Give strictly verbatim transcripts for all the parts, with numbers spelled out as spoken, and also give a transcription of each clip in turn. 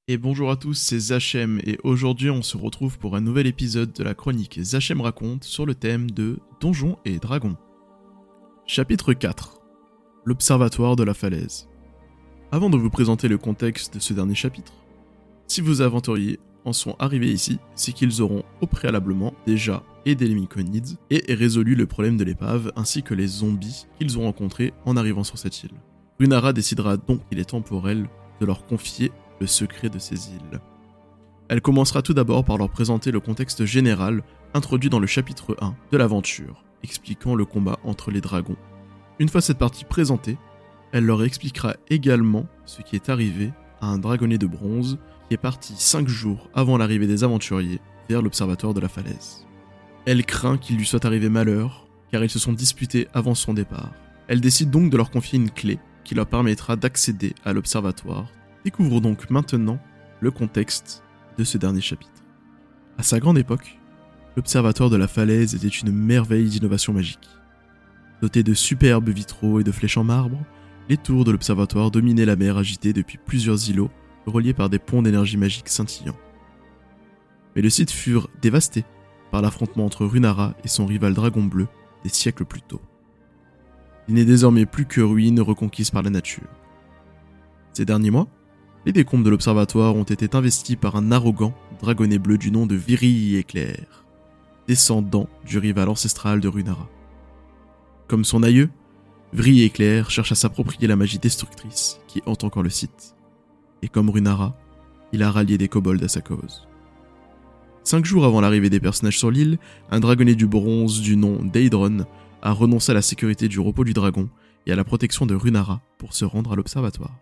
Et bonjour à tous, c'est Zachem et aujourd'hui on se retrouve pour un nouvel épisode de la chronique Zachem raconte sur le thème de Donjons et Dragons. Chapitre quatre. L'Observatoire de la Falaise. Avant de vous présenter le contexte de ce dernier chapitre, si vos aventuriers en sont arrivés ici, c'est qu'ils auront au préalablement déjà aidé les Myconides et résolu le problème de l'épave ainsi que les zombies qu'ils ont rencontrés en arrivant sur cette île. Runara décidera donc qu'il est temps pour elle de leur confier le secret de ces îles. Elle commencera tout d'abord par leur présenter le contexte général introduit dans le chapitre un de l'aventure, expliquant le combat entre les dragons. Une fois cette partie présentée, elle leur expliquera également ce qui est arrivé à un dragonnet de bronze qui est parti cinq jours avant l'arrivée des aventuriers vers l'Observatoire de la Falaise. Elle craint qu'il lui soit arrivé malheur, car ils se sont disputés avant son départ. Elle décide donc de leur confier une clé qui leur permettra d'accéder à l'Observatoire. Découvrons donc maintenant le contexte de ce dernier chapitre. À sa grande époque, l'Observatoire de la Falaise était une merveille d'innovation magique. Doté de superbes vitraux et de flèches en marbre, les tours de l'Observatoire dominaient la mer agitée depuis plusieurs îlots reliés par des ponts d'énergie magique scintillants. Mais le site fut dévasté par l'affrontement entre Runara et son rival Dragon Bleu des siècles plus tôt. Il n'est désormais plus que ruines reconquises par la nature. Ces derniers mois, les décombres de l'Observatoire ont été investis par un arrogant dragonnet bleu du nom de Vrille-Éclair, descendant du rival ancestral de Runara. Comme son aïeux, Vrille-Éclair cherche à s'approprier la magie destructrice qui hante encore le site. Et comme Runara, il a rallié des kobolds à sa cause. Cinq jours avant l'arrivée des personnages sur l'île, un dragonnet du bronze du nom d'Aedron a renoncé à la sécurité du repos du dragon et à la protection de Runara pour se rendre à l'Observatoire.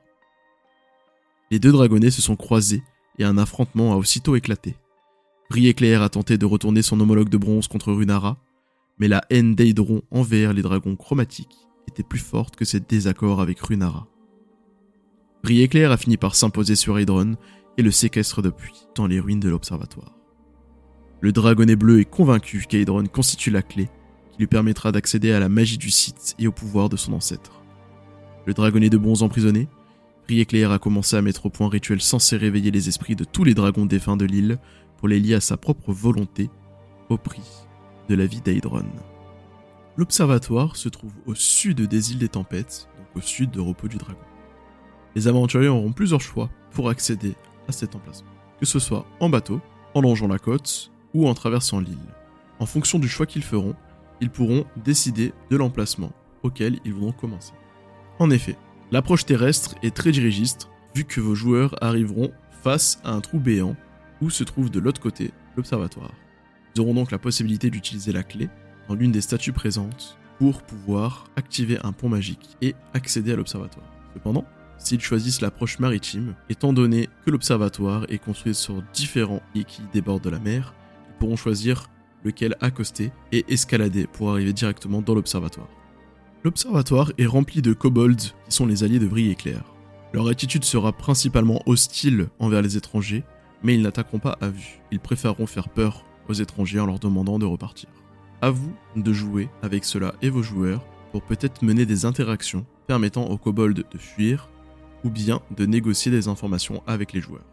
Les deux dragonnets se sont croisés et un affrontement a aussitôt éclaté. Vrille-Éclair a tenté de retourner son homologue de bronze contre Runara, mais la haine d'Aedron envers les dragons chromatiques était plus forte que ses désaccords avec Runara. Vrille-Éclair a fini par s'imposer sur Aedron et le séquestre depuis dans les ruines de l'Observatoire. Le dragonnet bleu est convaincu qu'Aedron constitue la clé qui lui permettra d'accéder à la magie du site et au pouvoir de son ancêtre. Le dragonnet de bronze emprisonné, Vrille-Éclair a commencé à mettre au point un rituel censé réveiller les esprits de tous les dragons défunts de l'île pour les lier à sa propre volonté au prix de la vie d'Aedron. L'Observatoire se trouve au sud des îles des Tempêtes, donc au sud de Repos du Dragon. Les aventuriers auront plusieurs choix pour accéder à cet emplacement, que ce soit en bateau, en longeant la côte ou en traversant l'île. En fonction du choix qu'ils feront, ils pourront décider de l'emplacement auquel ils voudront commencer. En effet, l'approche terrestre est très dirigiste, vu que vos joueurs arriveront face à un trou béant où se trouve de l'autre côté l'observatoire. Ils auront donc la possibilité d'utiliser la clé dans l'une des statues présentes pour pouvoir activer un pont magique et accéder à l'observatoire. Cependant, s'ils choisissent l'approche maritime, étant donné que l'observatoire est construit sur différents quais qui débordent de la mer, ils pourront choisir lequel accoster et escalader pour arriver directement dans l'observatoire. L'observatoire est rempli de kobolds qui sont les alliés de Vrille-Éclair. Leur attitude sera principalement hostile envers les étrangers, mais ils n'attaqueront pas à vue. Ils préféreront faire peur aux étrangers en leur demandant de repartir. À vous de jouer avec cela et vos joueurs pour peut-être mener des interactions permettant aux kobolds de fuir ou bien de négocier des informations avec les joueurs.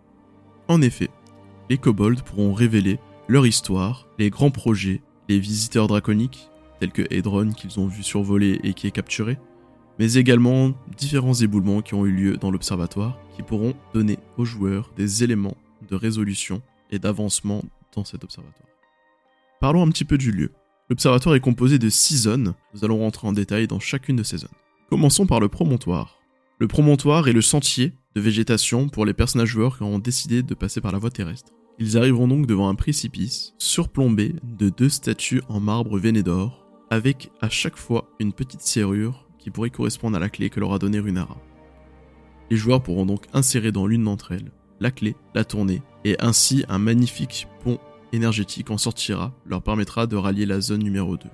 En effet, les kobolds pourront révéler leur histoire, les grands projets, les visiteurs draconiques, tels que Aedron qu'ils ont vu survoler et qui est capturé, mais également différents éboulements qui ont eu lieu dans l'observatoire qui pourront donner aux joueurs des éléments de résolution et d'avancement dans cet observatoire. Parlons un petit peu du lieu. L'observatoire est composé de six zones, nous allons rentrer en détail dans chacune de ces zones. Commençons par le promontoire. Le promontoire est le sentier de végétation pour les personnages joueurs qui auront décidé de passer par la voie terrestre. Ils arriveront donc devant un précipice surplombé de deux statues en marbre veiné d'or, avec à chaque fois une petite serrure qui pourrait correspondre à la clé que leur a donnée Runara. Les joueurs pourront donc insérer dans l'une d'entre elles la clé, la tourner, et ainsi un magnifique pont énergétique en sortira, leur permettra de rallier la zone numéro deux.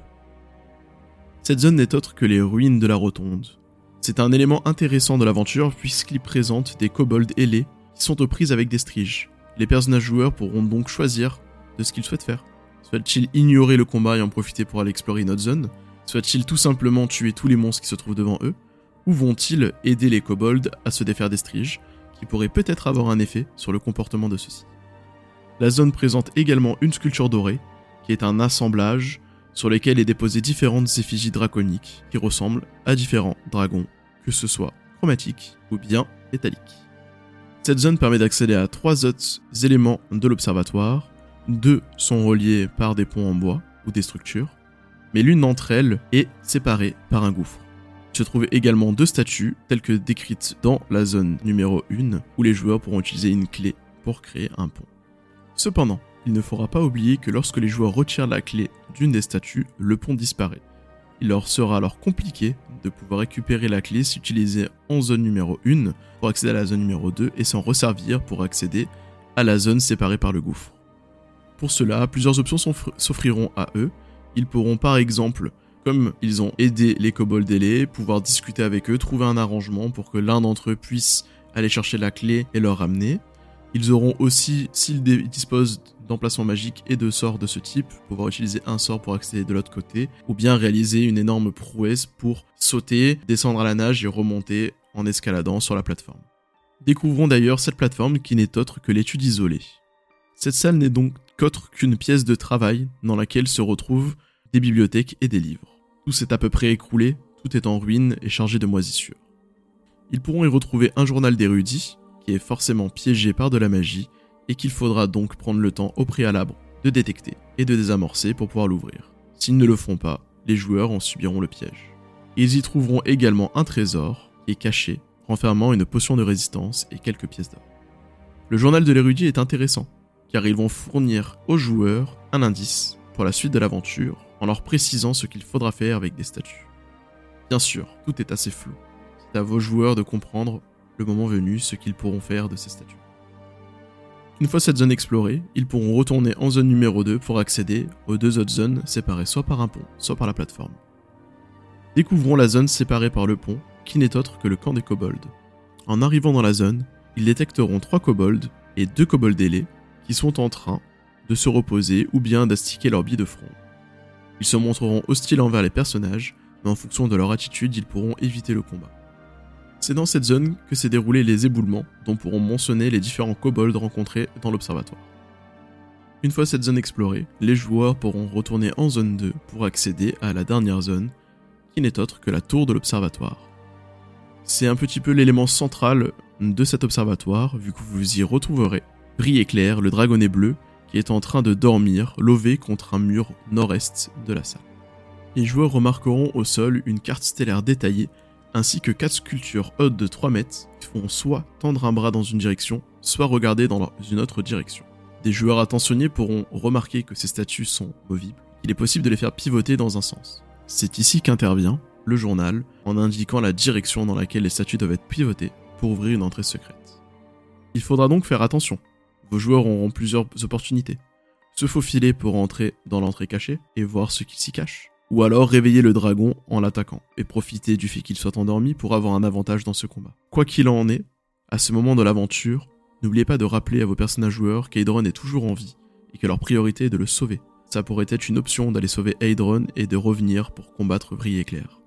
Cette zone n'est autre que les ruines de la rotonde. C'est un élément intéressant de l'aventure puisqu'il présente des kobolds ailés qui sont aux prises avec des striges. Les personnages joueurs pourront donc choisir de ce qu'ils souhaitent faire. Souhaitent-ils ignorer le combat et en profiter pour aller explorer une autre zone ? Souhaitent-ils tout simplement tuer tous les monstres qui se trouvent devant eux ? Ou vont-ils aider les kobolds à se défaire des striges, qui pourrait peut-être avoir un effet sur le comportement de ceux-ci. La zone présente également une sculpture dorée, qui est un assemblage sur lequel est déposé différentes effigies draconiques qui ressemblent à différents dragons, que ce soit chromatiques ou bien métalliques. Cette zone permet d'accéder à trois autres éléments de l'observatoire. Deux sont reliés par des ponts en bois ou des structures, mais l'une d'entre elles est séparée par un gouffre. Il se trouve également deux statues, telles que décrites dans la zone numéro un, où les joueurs pourront utiliser une clé pour créer un pont. Cependant, il ne faudra pas oublier que lorsque les joueurs retirent la clé d'une des statues, le pont disparaît. Il leur sera alors compliqué de pouvoir récupérer la clé si utilisée en zone numéro un pour accéder à la zone numéro deux et s'en resservir pour accéder à la zone séparée par le gouffre. Pour cela, plusieurs options s'offriront à eux. Ils pourront par exemple, comme ils ont aidé les kobolds ailés, pouvoir discuter avec eux, trouver un arrangement pour que l'un d'entre eux puisse aller chercher la clé et leur ramener. Ils auront aussi, s'ils disposent d'emplacements magiques et de sorts de ce type, pouvoir utiliser un sort pour accéder de l'autre côté, ou bien réaliser une énorme prouesse pour sauter, descendre à la nage et remonter en escaladant sur la plateforme. Découvrons d'ailleurs cette plateforme qui n'est autre que l'étude isolée. Cette salle n'est donc qu'autre qu'une pièce de travail dans laquelle se retrouvent des bibliothèques et des livres. Tout s'est à peu près écroulé, tout est en ruine et chargé de moisissures. Ils pourront y retrouver un journal d'érudit, qui est forcément piégé par de la magie, et qu'il faudra donc prendre le temps au préalable de détecter et de désamorcer pour pouvoir l'ouvrir. S'ils ne le font pas, les joueurs en subiront le piège. Ils y trouveront également un trésor qui est caché, renfermant une potion de résistance et quelques pièces d'or. Le journal de l'érudit est intéressant, car ils vont fournir aux joueurs un indice pour la suite de l'aventure, en leur précisant ce qu'il faudra faire avec des statues. Bien sûr, tout est assez flou. C'est à vos joueurs de comprendre, le moment venu, ce qu'ils pourront faire de ces statues. Une fois cette zone explorée, ils pourront retourner en zone numéro deux pour accéder aux deux autres zones séparées soit par un pont, soit par la plateforme. Découvrons la zone séparée par le pont, qui n'est autre que le camp des kobolds. En arrivant dans la zone, ils détecteront trois kobolds et deux kobolds ailés qui sont en train de se reposer ou bien d'astiquer leur bille de front. Ils se montreront hostiles envers les personnages, mais en fonction de leur attitude, ils pourront éviter le combat. C'est dans cette zone que s'est déroulé les éboulements, dont pourront mentionner les différents kobolds rencontrés dans l'observatoire. Une fois cette zone explorée, les joueurs pourront retourner en zone deux pour accéder à la dernière zone, qui n'est autre que la tour de l'observatoire. C'est un petit peu l'élément central de cet observatoire, vu que vous y retrouverez Brille Éclair, le dragonnet bleu, qui est en train de dormir, lové contre un mur nord-est de la salle. Les joueurs remarqueront au sol une carte stellaire détaillée, ainsi que quatre sculptures hautes de trois mètres qui font soit tendre un bras dans une direction, soit regarder dans une autre direction. Des joueurs attentionnés pourront remarquer que ces statues sont movibles, il est possible de les faire pivoter dans un sens. C'est ici qu'intervient le journal, en indiquant la direction dans laquelle les statues doivent être pivotées pour ouvrir une entrée secrète. Il faudra donc faire attention, vos joueurs auront plusieurs opportunités. Se faufiler pour entrer dans l'entrée cachée et voir ce qu'il s'y cache. Ou alors réveiller le dragon en l'attaquant, et profiter du fait qu'il soit endormi pour avoir un avantage dans ce combat. Quoi qu'il en est, à ce moment de l'aventure, n'oubliez pas de rappeler à vos personnages joueurs qu'Aedron est toujours en vie, et que leur priorité est de le sauver. Ça pourrait être une option d'aller sauver Aedron et de revenir pour combattre Brille Éclair.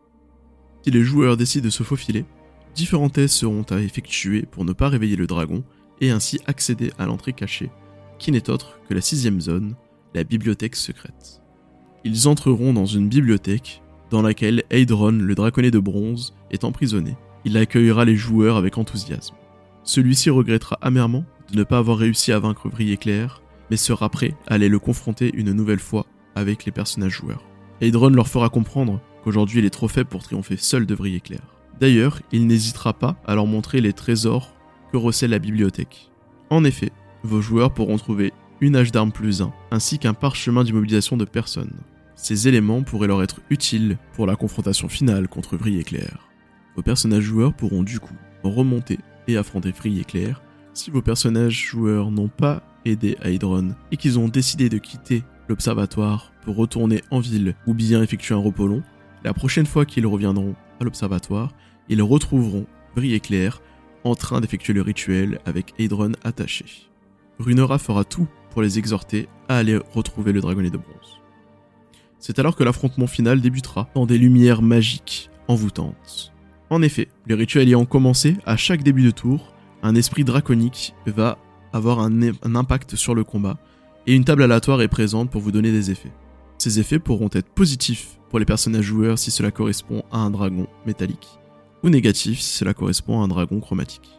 Si les joueurs décident de se faufiler, différents tests seront à effectuer pour ne pas réveiller le dragon, et ainsi accéder à l'entrée cachée, qui n'est autre que la sixième zone, la bibliothèque secrète. Ils entreront dans une bibliothèque dans laquelle Aedron, le draconnet de bronze, est emprisonné. Il accueillera les joueurs avec enthousiasme. Celui-ci regrettera amèrement de ne pas avoir réussi à vaincre Brille Éclair, mais sera prêt à aller le confronter une nouvelle fois avec les personnages joueurs. Aedron leur fera comprendre qu'aujourd'hui il est trop faible pour triompher seul de Brille Éclair. D'ailleurs, il n'hésitera pas à leur montrer les trésors que recèle la bibliothèque. En effet, vos joueurs pourront trouver une hache d'armes plus un, ainsi qu'un parchemin d'immobilisation de personnes. Ces éléments pourraient leur être utiles pour la confrontation finale contre Brille Éclair. Vos personnages joueurs pourront du coup remonter et affronter Brille Éclair. Si vos personnages joueurs n'ont pas aidé Aedron et qu'ils ont décidé de quitter l'observatoire pour retourner en ville ou bien effectuer un repos long, la prochaine fois qu'ils reviendront à l'observatoire, ils retrouveront Brille Éclair en train d'effectuer le rituel avec Aedron attaché. Runera fera tout pour les exhorter à aller retrouver le dragonnet de bronze. C'est alors que l'affrontement final débutera dans des lumières magiques envoûtantes. En effet, le rituel ayant commencé, à chaque début de tour, un esprit draconique va avoir un, un impact sur le combat, et une table aléatoire est présente pour vous donner des effets. Ces effets pourront être positifs pour les personnages joueurs si cela correspond à un dragon métallique, ou négatifs si cela correspond à un dragon chromatique.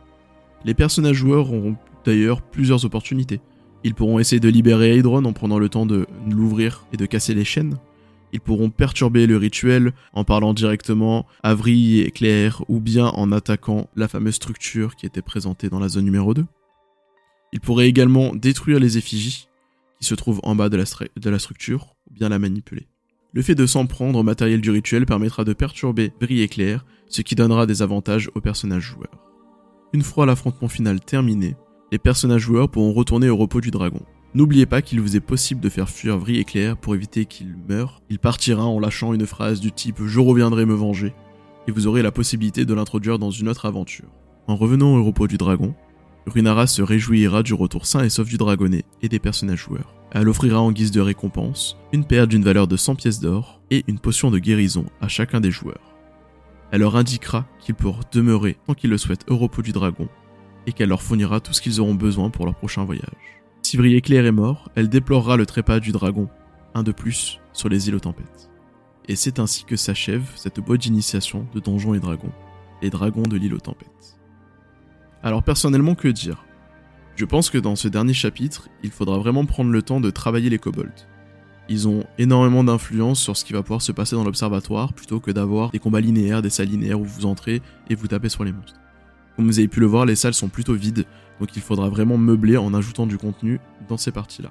Les personnages joueurs auront d'ailleurs plusieurs opportunités. Ils pourront essayer de libérer Aedron en prenant le temps de l'ouvrir et de casser les chaînes. Ils pourront perturber le rituel en parlant directement à Vrille et Claire ou bien en attaquant la fameuse structure qui était présentée dans la zone numéro deux. Ils pourraient également détruire les effigies qui se trouvent en bas de la, stru- de la structure ou bien la manipuler. Le fait de s'en prendre au matériel du rituel permettra de perturber Vrille et Claire, ce qui donnera des avantages aux personnages joueurs. Une fois l'affrontement final terminé, les personnages joueurs pourront retourner au repos du dragon. N'oubliez pas qu'il vous est possible de faire fuir Vrille et Claire pour éviter qu'il meure. Il partira en lâchant une phrase du type « Je reviendrai me venger » et vous aurez la possibilité de l'introduire dans une autre aventure. En revenant au repos du dragon, Runara se réjouira du retour sain et sauf du dragonnet et des personnages joueurs. Elle offrira en guise de récompense une perle d'une valeur de cent pièces d'or et une potion de guérison à chacun des joueurs. Elle leur indiquera qu'ils pourront demeurer tant qu'ils le souhaitent au repos du dragon et qu'elle leur fournira tout ce qu'ils auront besoin pour leur prochain voyage. Si Vrille et Claire est mort, elle déplorera le trépas du dragon, un de plus sur les îles aux tempêtes. Et c'est ainsi que s'achève cette boîte d'initiation de Donjons et Dragons, les dragons de l'île aux tempêtes. Alors personnellement, que dire ? Je pense que dans ce dernier chapitre, il faudra vraiment prendre le temps de travailler les kobolds. Ils ont énormément d'influence sur ce qui va pouvoir se passer dans l'observatoire, plutôt que d'avoir des combats linéaires, des salles linéaires où vous entrez et vous tapez sur les monstres. Comme vous avez pu le voir, les salles sont plutôt vides, donc il faudra vraiment meubler en ajoutant du contenu dans ces parties-là.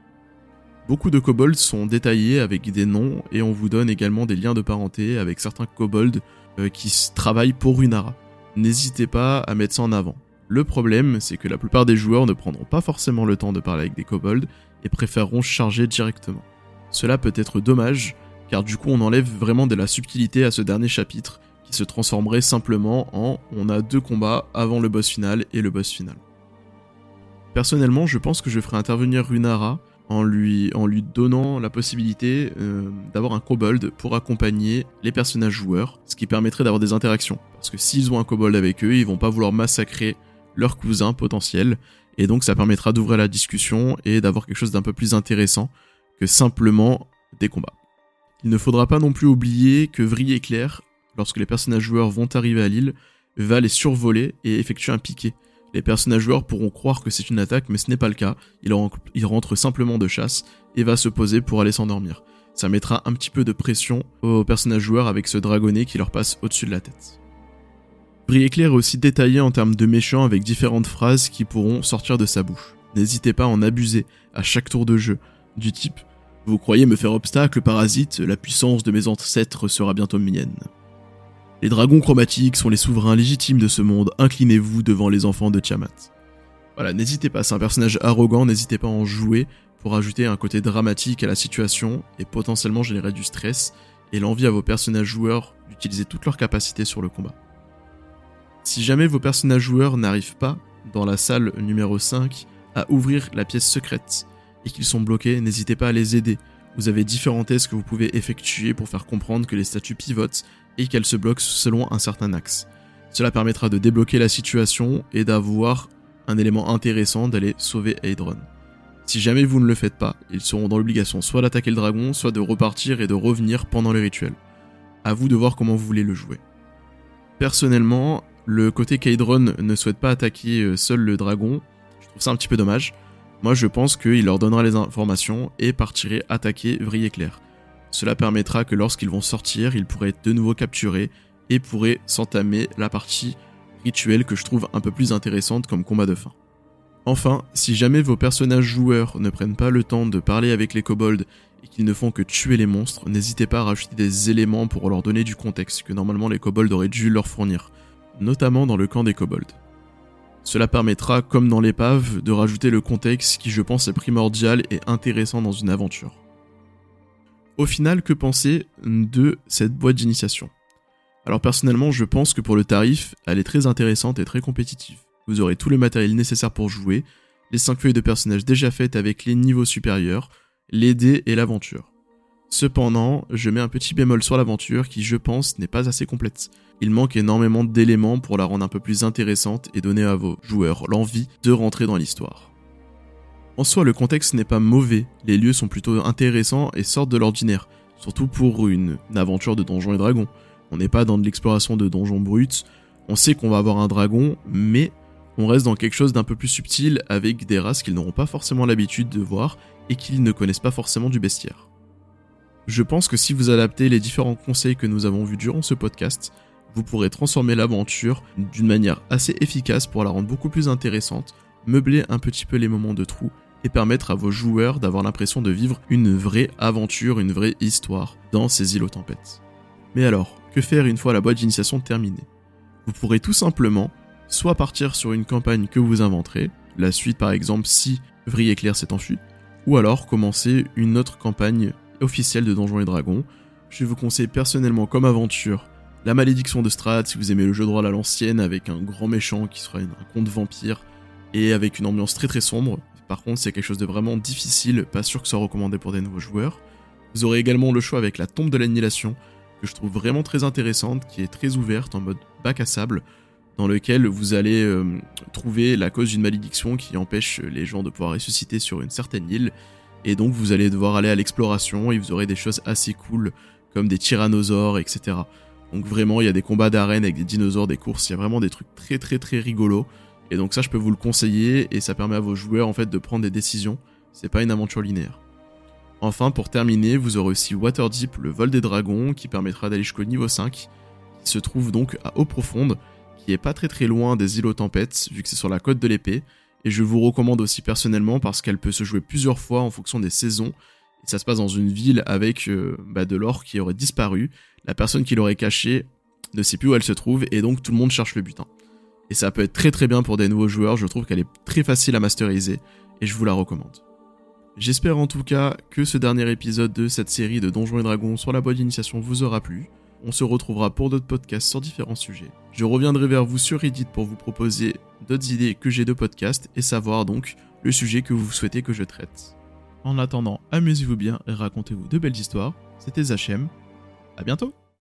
Beaucoup de kobolds sont détaillés avec des noms, et on vous donne également des liens de parenté avec certains kobolds euh, qui travaillent pour Runara. N'hésitez pas à mettre ça en avant. Le problème, c'est que la plupart des joueurs ne prendront pas forcément le temps de parler avec des kobolds et préféreront charger directement. Cela peut être dommage, car du coup on enlève vraiment de la subtilité à ce dernier chapitre, qui se transformerait simplement en « on a deux combats avant le boss final et le boss final ». Personnellement, je pense que je ferai intervenir Runara en lui, en lui donnant la possibilité euh, d'avoir un kobold pour accompagner les personnages joueurs, ce qui permettrait d'avoir des interactions. Parce que s'ils ont un kobold avec eux, ils vont pas vouloir massacrer leur cousin potentiel, et donc ça permettra d'ouvrir la discussion et d'avoir quelque chose d'un peu plus intéressant que simplement des combats. Il ne faudra pas non plus oublier que Vrille et Claire, lorsque les personnages joueurs vont arriver à l'île, va les survoler et effectuer un piqué. Les personnages joueurs pourront croire que c'est une attaque, mais ce n'est pas le cas. Il, rentre, il rentre simplement de chasse et va se poser pour aller s'endormir. Ça mettra un petit peu de pression aux personnages joueurs avec ce dragonnet qui leur passe au-dessus de la tête. Vrille et Claire est aussi détaillé en termes de méchants avec différentes phrases qui pourront sortir de sa bouche. N'hésitez pas à en abuser à chaque tour de jeu, du type « Vous croyez me faire obstacle, parasite, la puissance de mes ancêtres sera bientôt mienne. Les dragons chromatiques sont les souverains légitimes de ce monde, inclinez-vous devant les enfants de Tiamat. » Voilà, n'hésitez pas, c'est un personnage arrogant, n'hésitez pas à en jouer pour ajouter un côté dramatique à la situation et potentiellement générer du stress et l'envie à vos personnages joueurs d'utiliser toutes leurs capacités sur le combat. Si jamais vos personnages joueurs n'arrivent pas, dans la salle numéro cinq, à ouvrir la pièce secrète et qu'ils sont bloqués, n'hésitez pas à les aider. Vous avez différents tests que vous pouvez effectuer pour faire comprendre que les statues pivotent et qu'elles se bloquent selon un certain axe. Cela permettra de débloquer la situation et d'avoir un élément intéressant d'aller sauver Aedron. Si jamais vous ne le faites pas, ils seront dans l'obligation soit d'attaquer le dragon, soit de repartir et de revenir pendant le rituel. À vous de voir comment vous voulez le jouer. Personnellement, le côté qu'Aedron ne souhaite pas attaquer seul le dragon, je trouve ça un petit peu dommage. Moi je pense qu'il leur donnera les informations et partirait attaquer Vrille et Claire. Cela permettra que lorsqu'ils vont sortir, ils pourraient être de nouveau capturés et pourraient s'entamer la partie rituelle que je trouve un peu plus intéressante comme combat de fin. Enfin, si jamais vos personnages joueurs ne prennent pas le temps de parler avec les kobolds et qu'ils ne font que tuer les monstres, n'hésitez pas à rajouter des éléments pour leur donner du contexte que normalement les kobolds auraient dû leur fournir, notamment dans le camp des kobolds. Cela permettra, comme dans l'épave, de rajouter le contexte qui je pense est primordial et intéressant dans une aventure. Au final, que penser de cette boîte d'initiation ? Alors personnellement, je pense que pour le tarif, elle est très intéressante et très compétitive. Vous aurez tout le matériel nécessaire pour jouer, les cinq feuilles de personnages déjà faites avec les niveaux supérieurs, les dés et l'aventure. Cependant, je mets un petit bémol sur l'aventure qui, je pense, n'est pas assez complète. Il manque énormément d'éléments pour la rendre un peu plus intéressante et donner à vos joueurs l'envie de rentrer dans l'histoire. En soi, le contexte n'est pas mauvais, les lieux sont plutôt intéressants et sortent de l'ordinaire, surtout pour une, une aventure de Donjons et Dragons. On n'est pas dans de l'exploration de donjons bruts, on sait qu'on va avoir un dragon, mais on reste dans quelque chose d'un peu plus subtil avec des races qu'ils n'auront pas forcément l'habitude de voir et qu'ils ne connaissent pas forcément du bestiaire. Je pense que si vous adaptez les différents conseils que nous avons vus durant ce podcast, vous pourrez transformer l'aventure d'une manière assez efficace pour la rendre beaucoup plus intéressante, meubler un petit peu les moments de trou et permettre à vos joueurs d'avoir l'impression de vivre une vraie aventure, une vraie histoire dans ces îles aux tempêtes. Mais alors, que faire une fois la boîte d'initiation terminée ? Vous pourrez tout simplement soit partir sur une campagne que vous inventerez, la suite par exemple si Vrille Clair s'est enfui, ou alors commencer une autre campagne officielle de Donjons et Dragons. Je vous conseille personnellement comme aventure La Malédiction de Strahd si vous aimez le jeu de rôle à l'ancienne avec un grand méchant qui sera un conte vampire et avec une ambiance très très sombre. Par contre c'est quelque chose de vraiment difficile, pas sûr que ce soit recommandé pour des nouveaux joueurs. Vous aurez également le choix avec la Tombe de l'Annihilation que je trouve vraiment très intéressante, qui est très ouverte en mode bac à sable, dans lequel vous allez euh, trouver la cause d'une malédiction qui empêche les gens de pouvoir ressusciter sur une certaine île, et donc vous allez devoir aller à l'exploration et vous aurez des choses assez cool comme des tyrannosaures, et cetera. Donc vraiment il y a des combats d'arène avec des dinosaures, des courses, il y a vraiment des trucs très très très rigolos, et donc ça je peux vous le conseiller et ça permet à vos joueurs en fait de prendre des décisions, c'est pas une aventure linéaire. Enfin pour terminer, vous aurez aussi Waterdeep, le vol des dragons, qui permettra d'aller jusqu'au niveau cinq, qui se trouve donc à eau profonde, qui est pas très très loin des îles aux tempêtes, vu que c'est sur la côte de l'épée, et je vous recommande aussi personnellement parce qu'elle peut se jouer plusieurs fois en fonction des saisons, et ça se passe dans une ville avec euh, bah, de l'or qui aurait disparu, la personne qui l'aurait caché ne sait plus où elle se trouve, et donc tout le monde cherche le butin. Et ça peut être très très bien pour des nouveaux joueurs, je trouve qu'elle est très facile à masteriser, et je vous la recommande. J'espère en tout cas que ce dernier épisode de cette série de Donjons et Dragons sur la boîte d'initiation vous aura plu. On se retrouvera pour d'autres podcasts sur différents sujets. Je reviendrai vers vous sur Reddit pour vous proposer d'autres idées que j'ai de podcasts et savoir donc le sujet que vous souhaitez que je traite. En attendant, amusez-vous bien et racontez-vous de belles histoires. C'était Zachem. À bientôt!